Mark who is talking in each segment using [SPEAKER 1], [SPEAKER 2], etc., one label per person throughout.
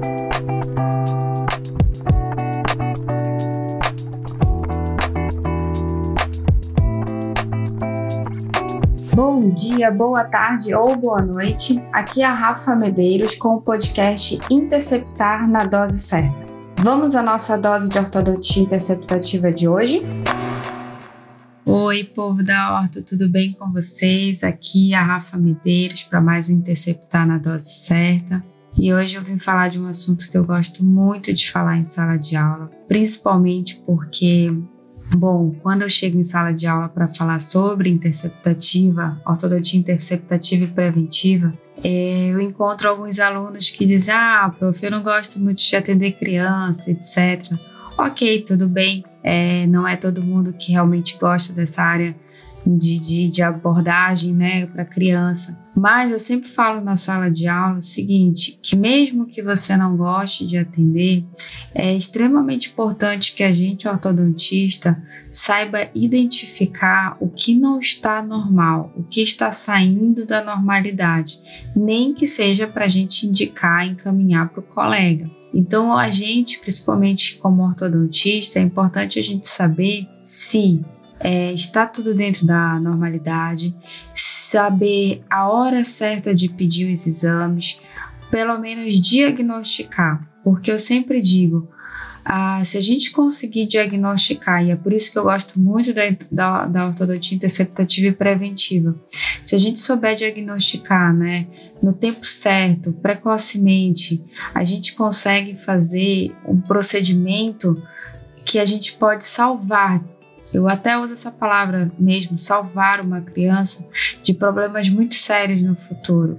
[SPEAKER 1] Bom dia, boa tarde ou boa noite. Aqui é a Rafa Medeiros com o podcast Interceptar na Dose Certa. Vamos à nossa dose de ortodontia interceptativa de hoje? Oi, povo da Horta, tudo bem com vocês? Aqui é a Rafa Medeiros para mais um Interceptar na Dose Certa. E hoje eu vim falar de um assunto que eu gosto muito de falar em sala de aula, principalmente porque, quando eu chego em sala de aula para falar sobre interceptativa, ortodontia interceptativa e preventiva, eu encontro alguns alunos que dizem: prof, eu não gosto muito de atender criança, etc. Ok, tudo bem, não é todo mundo que realmente gosta dessa área de abordagem, né, para criança. Mas eu sempre falo na sala de aula o seguinte, que mesmo que você não goste de atender, é extremamente importante que a gente, ortodontista, saiba identificar o que não está normal, o que está saindo da normalidade, nem que seja para a gente indicar, encaminhar para o colega. Então, a gente, principalmente como ortodontista, é importante a gente saber se está tudo dentro da normalidade, saber a hora certa de pedir os exames, pelo menos diagnosticar, porque eu sempre digo, se a gente conseguir diagnosticar, e é por isso que eu gosto muito da ortodontia interceptativa e preventiva, se a gente souber diagnosticar, né, no tempo certo, precocemente, a gente consegue fazer um procedimento que a gente pode salvar. Eu até uso essa palavra mesmo, salvar uma criança de problemas muito sérios no futuro.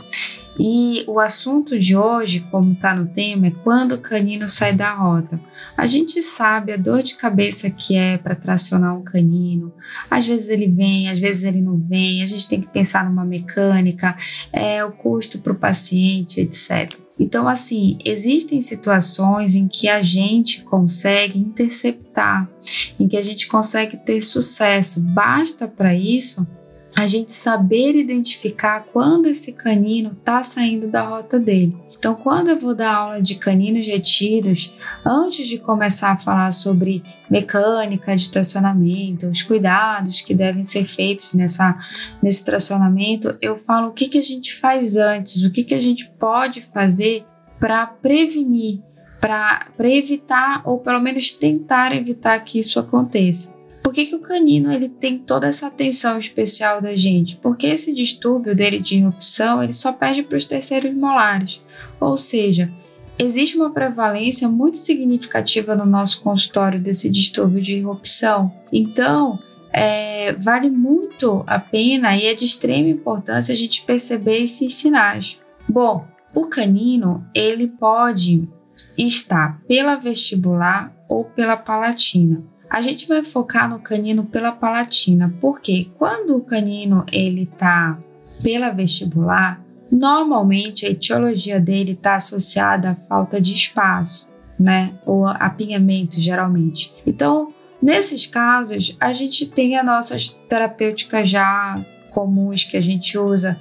[SPEAKER 1] E o assunto de hoje, como está no tema, é quando o canino sai da rota. A gente sabe a dor de cabeça que é para tracionar um canino. Às vezes ele vem, às vezes ele não vem. A gente tem que pensar numa mecânica, o custo para o paciente, etc. Então, assim, existem situações em que a gente consegue interceptar, em que a gente consegue ter sucesso. Basta para isso a gente saber identificar quando esse canino está saindo da rota dele. Então, quando eu vou dar aula de caninos retidos, antes de começar a falar sobre mecânica de tracionamento, os cuidados que devem ser feitos nesse tracionamento, eu falo o que a gente faz antes, o que a gente pode fazer para prevenir, para evitar ou pelo menos tentar evitar que isso aconteça. Por que o canino ele tem toda essa atenção especial da gente? Porque esse distúrbio dele de irrupção ele só perde para os terceiros molares. Ou seja, existe uma prevalência muito significativa no nosso consultório desse distúrbio de irrupção. Então, vale muito a pena e é de extrema importância a gente perceber esses sinais. Bom, o canino ele pode estar pela vestibular ou pela palatina. A gente vai focar no canino pela palatina, porque quando o canino ele está pela vestibular, normalmente a etiologia dele está associada à falta de espaço, né? Ou apinhamento, geralmente. Então, nesses casos, a gente tem as nossas terapêuticas já comuns que a gente usa,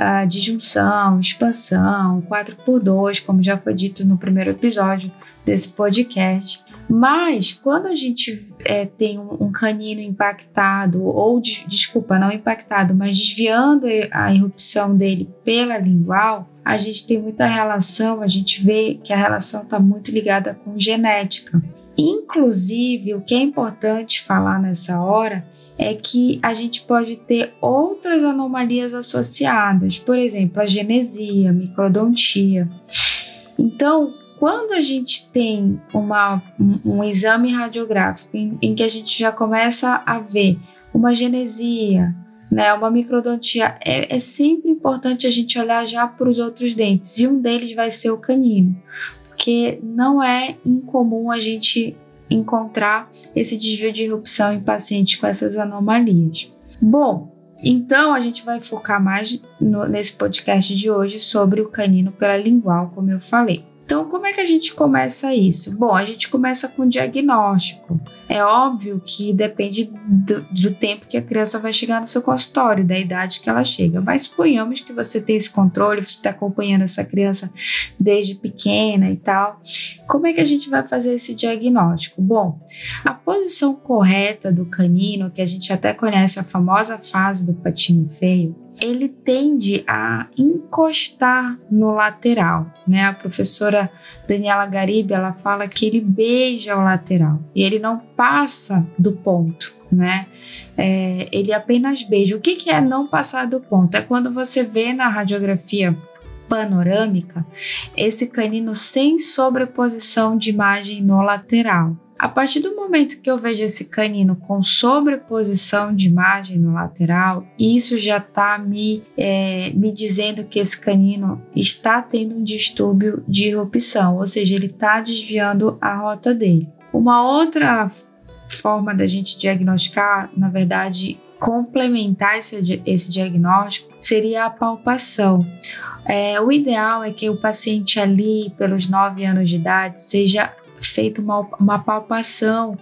[SPEAKER 1] disjunção, expansão, 4x2, como já foi dito no primeiro episódio desse podcast. Mas quando a gente tem um canino impactado, ou não impactado, mas desviando a irrupção dele pela lingual, a gente tem muita relação, a gente vê que a relação está muito ligada com genética. Inclusive, o que é importante falar nessa hora é que a gente pode ter outras anomalias associadas, por exemplo, a genesia, a microdontia. Então, quando a gente tem um exame radiográfico em que a gente já começa a ver uma genesia, né, uma microdontia, é sempre importante a gente olhar já para os outros dentes, e um deles vai ser o canino, porque não é incomum a gente encontrar esse desvio de irrupção em pacientes com essas anomalias. Bom, então a gente vai focar mais nesse podcast de hoje sobre o canino pela lingual, como eu falei. Então, como é que a gente começa isso? Bom, a gente começa com diagnóstico. É óbvio que depende do tempo que a criança vai chegar no seu consultório, da idade que ela chega. Mas suponhamos que você tem esse controle, você está acompanhando essa criança desde pequena e tal. Como é que a gente vai fazer esse diagnóstico? Bom, a posição correta do canino, que a gente até conhece a famosa fase do patinho feio, ele tende a encostar no lateral, né? A professora Daniela Garibe, ela fala que ele beija o lateral e ele não passa do ponto, né? Ele apenas beija. O que é não passar do ponto? É quando você vê na radiografia panorâmica esse canino sem sobreposição de imagem no lateral. A partir do momento que eu vejo esse canino com sobreposição de imagem no lateral, isso já está me dizendo que esse canino está tendo um distúrbio de irrupção, ou seja, ele está desviando a rota dele. Uma outra forma da gente diagnosticar, na verdade, complementar esse diagnóstico, seria a palpação. O ideal é que o paciente ali, pelos 9 anos de idade, seja feito uma palpação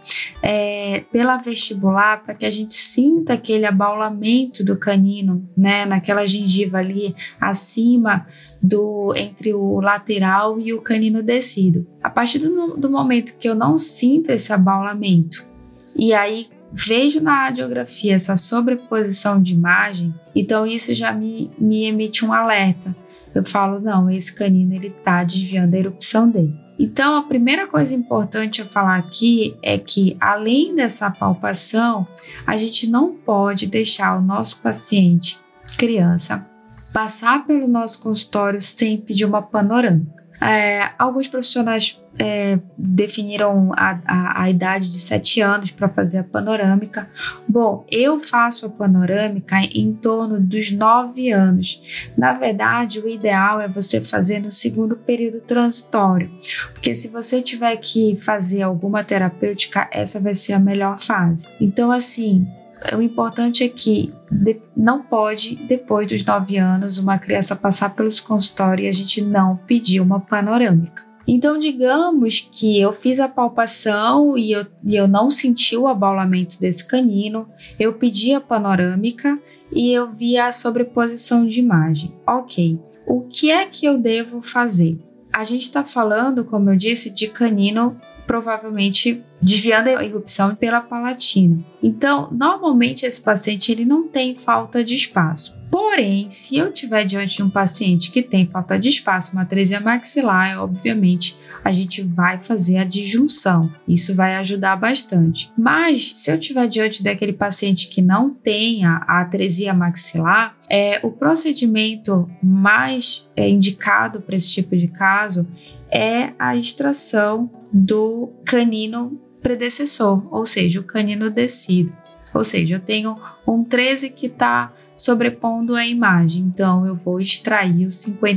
[SPEAKER 1] pela vestibular para que a gente sinta aquele abaulamento do canino, né, naquela gengiva ali acima entre o lateral e o canino descido. A partir do momento que eu não sinto esse abaulamento e aí vejo na radiografia essa sobreposição de imagem, então isso já me emite um alerta. Eu falo, não, esse canino ele está desviando a erupção dele. Então, a primeira coisa importante a falar aqui é que, além dessa palpação, a gente não pode deixar o nosso paciente, criança, passar pelo nosso consultório sem pedir uma panorâmica. Alguns profissionais definiram a idade de 7 anos para fazer a panorâmica. Bom, eu faço a panorâmica em torno dos 9 anos. Na verdade, o ideal é você fazer no segundo período transitório, porque se você tiver que fazer alguma terapêutica, essa vai ser a melhor fase. Então, assim, o importante é que não pode, depois dos 9 anos, uma criança passar pelos consultórios e a gente não pedir uma panorâmica. Então, digamos que eu fiz a palpação e eu não senti o abaulamento desse canino, eu pedi a panorâmica e eu vi a sobreposição de imagem. Ok, o que é que eu devo fazer? A gente está falando, como eu disse, de canino provavelmente desviando a irrupção pela palatina. Então, normalmente esse paciente ele não tem falta de espaço. Porém, se eu estiver diante de um paciente que tem falta de espaço, uma atresia maxilar, obviamente a gente vai fazer a disjunção. Isso vai ajudar bastante. Mas, se eu estiver diante daquele paciente que não tem a atresia maxilar, o procedimento mais indicado para esse tipo de caso é a extração do canino predecessor, ou seja, o canino descido. Ou seja, eu tenho um 13 que está sobrepondo a imagem, então eu vou extrair o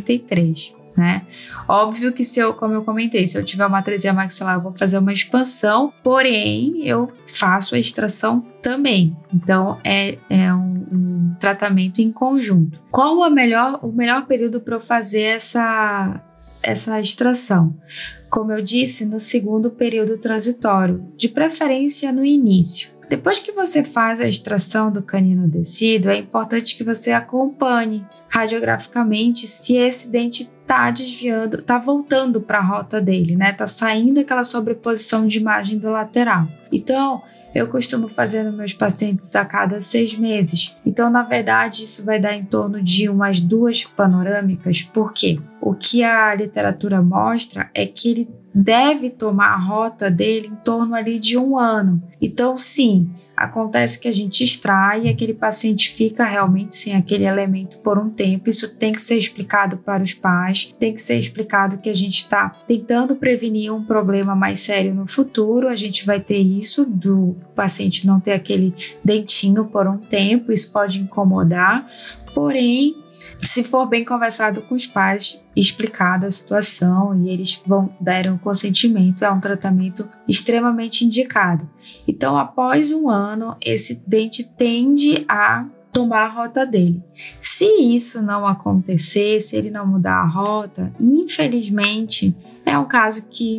[SPEAKER 1] 53, né? Óbvio que como eu comentei, se eu tiver uma atresia maxilar, eu vou fazer uma expansão, porém eu faço a extração também. Então é um tratamento em conjunto. Qual o melhor período para eu fazer essa extração? Como eu disse, no segundo período transitório, de preferência no início. Depois que você faz a extração do canino descido, é importante que você acompanhe radiograficamente se esse dente está desviando, está voltando para a rota dele, né? Está saindo aquela sobreposição de imagem do lateral. Então, eu costumo fazer nos meus pacientes a cada 6 meses. Então, na verdade, isso vai dar em torno de umas 2 panorâmicas. Por quê? O que a literatura mostra é que ele deve tomar a rota dele em torno ali de 1 ano. Então, sim, acontece que a gente extrai e aquele paciente fica realmente sem aquele elemento por um tempo. Isso tem que ser explicado para os pais, tem que ser explicado que a gente está tentando prevenir um problema mais sério no futuro. A gente vai ter isso do paciente não ter aquele dentinho por um tempo, isso pode incomodar, porém, se for bem conversado com os pais, explicada a situação e eles vão dar um consentimento, é um tratamento extremamente indicado. Então, após 1 ano, esse dente tende a tomar a rota dele. Se isso não acontecer, se ele não mudar a rota, infelizmente, é um caso que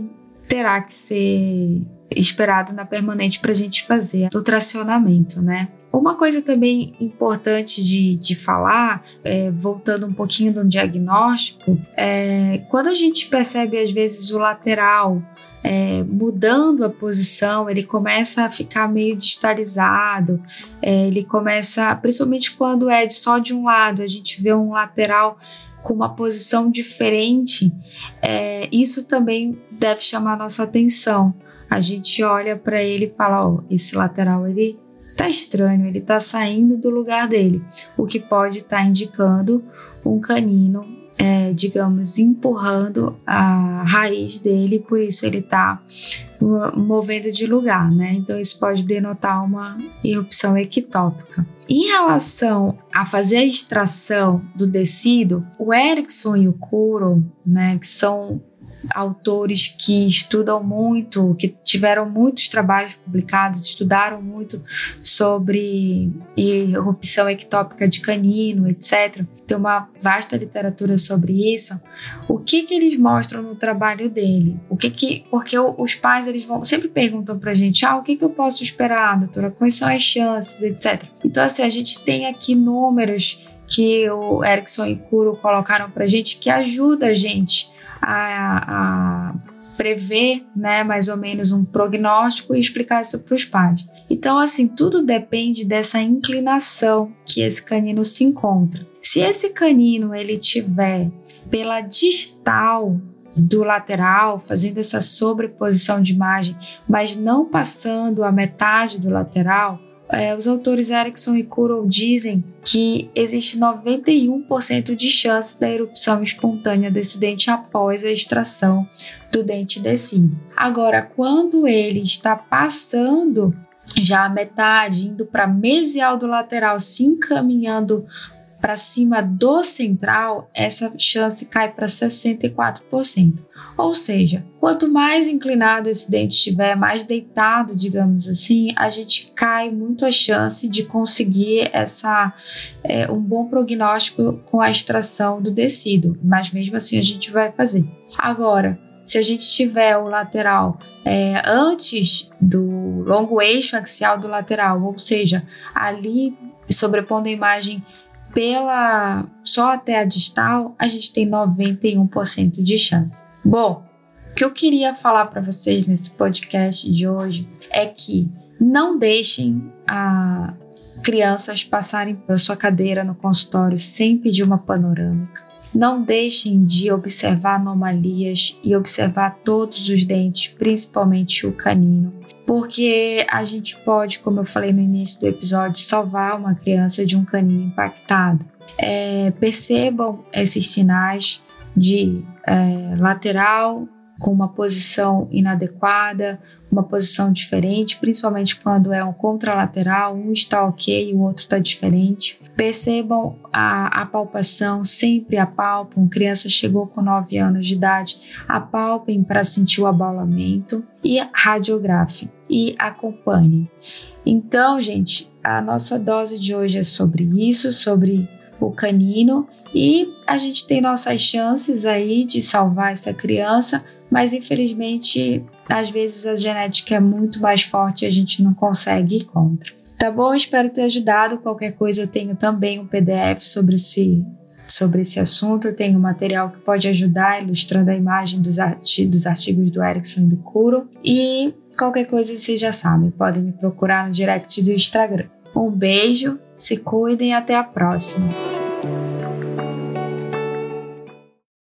[SPEAKER 1] terá que ser esperado na permanente para a gente fazer o tracionamento, né? Uma coisa também importante de falar, voltando um pouquinho no diagnóstico, quando a gente percebe às vezes o lateral mudando a posição, ele começa a ficar meio distalizado, ele começa, principalmente quando é só de um lado, a gente vê um lateral com uma posição diferente, isso também deve chamar a nossa atenção. A gente olha para ele e fala, esse lateral ele tá estranho, ele tá saindo do lugar dele, o que pode estar indicando um canino, digamos, empurrando a raiz dele, por isso ele tá movendo de lugar, né? Então isso pode denotar uma erupção ectópica. Em relação a fazer a extração do tecido, o Erickson e o Kuro, né, que são autores que estudam muito, que tiveram muitos trabalhos publicados, estudaram muito sobre erupção ectópica de canino, etc. Tem uma vasta literatura sobre isso. O que eles mostram no trabalho dele? Porque os pais sempre perguntam pra gente, o que eu posso esperar, doutora? Quais são as chances, etc. Então, assim, a gente tem aqui números que o Erickson e Kuro colocaram pra gente que ajuda a gente a prever, né, mais ou menos um prognóstico e explicar isso para os pais. Então, assim, tudo depende dessa inclinação que esse canino se encontra. Se esse canino ele tiver pela distal do lateral, fazendo essa sobreposição de imagem, mas não passando a metade do lateral, os autores Erickson e Kuro dizem que existe 91% de chance da erupção espontânea desse dente após a extração do dente descido. Agora, quando ele está passando já a metade, indo para a mesial do lateral, se encaminhando para cima do central, essa chance cai para 64%. Ou seja, quanto mais inclinado esse dente estiver, mais deitado, digamos assim, a gente cai muito a chance de conseguir um bom prognóstico com a extração do tecido, mas mesmo assim a gente vai fazer. Agora, se a gente tiver o lateral antes do longo eixo axial do lateral, ou seja, ali sobrepondo a imagem só até a distal, a gente tem 91% de chance. Bom, o que eu queria falar para vocês nesse podcast de hoje é que não deixem crianças passarem pela sua cadeira no consultório sem pedir uma panorâmica. Não deixem de observar anomalias e observar todos os dentes, principalmente o canino, porque a gente pode, como eu falei no início do episódio, salvar uma criança de um canino impactado. Percebam esses sinais de lateral com uma posição inadequada, uma posição diferente, principalmente quando é um contralateral, um está ok e o outro está diferente. Percebam a palpação, sempre apalpam. Criança chegou com 9 anos de idade, apalpem para sentir o abaulamento e radiografem e acompanhem. Então, gente, a nossa dose de hoje é sobre isso, sobre o canino, e a gente tem nossas chances aí de salvar essa criança, mas infelizmente às vezes a genética é muito mais forte e a gente não consegue ir contra. Tá bom? Espero ter ajudado. Qualquer coisa eu tenho também um PDF sobre esse assunto. Eu tenho um material que pode ajudar, ilustrando a imagem dos artigos do Erickson e do Kuro. E qualquer coisa vocês já sabem, podem me procurar no direct do Instagram. Um beijo, se cuidem e até a próxima.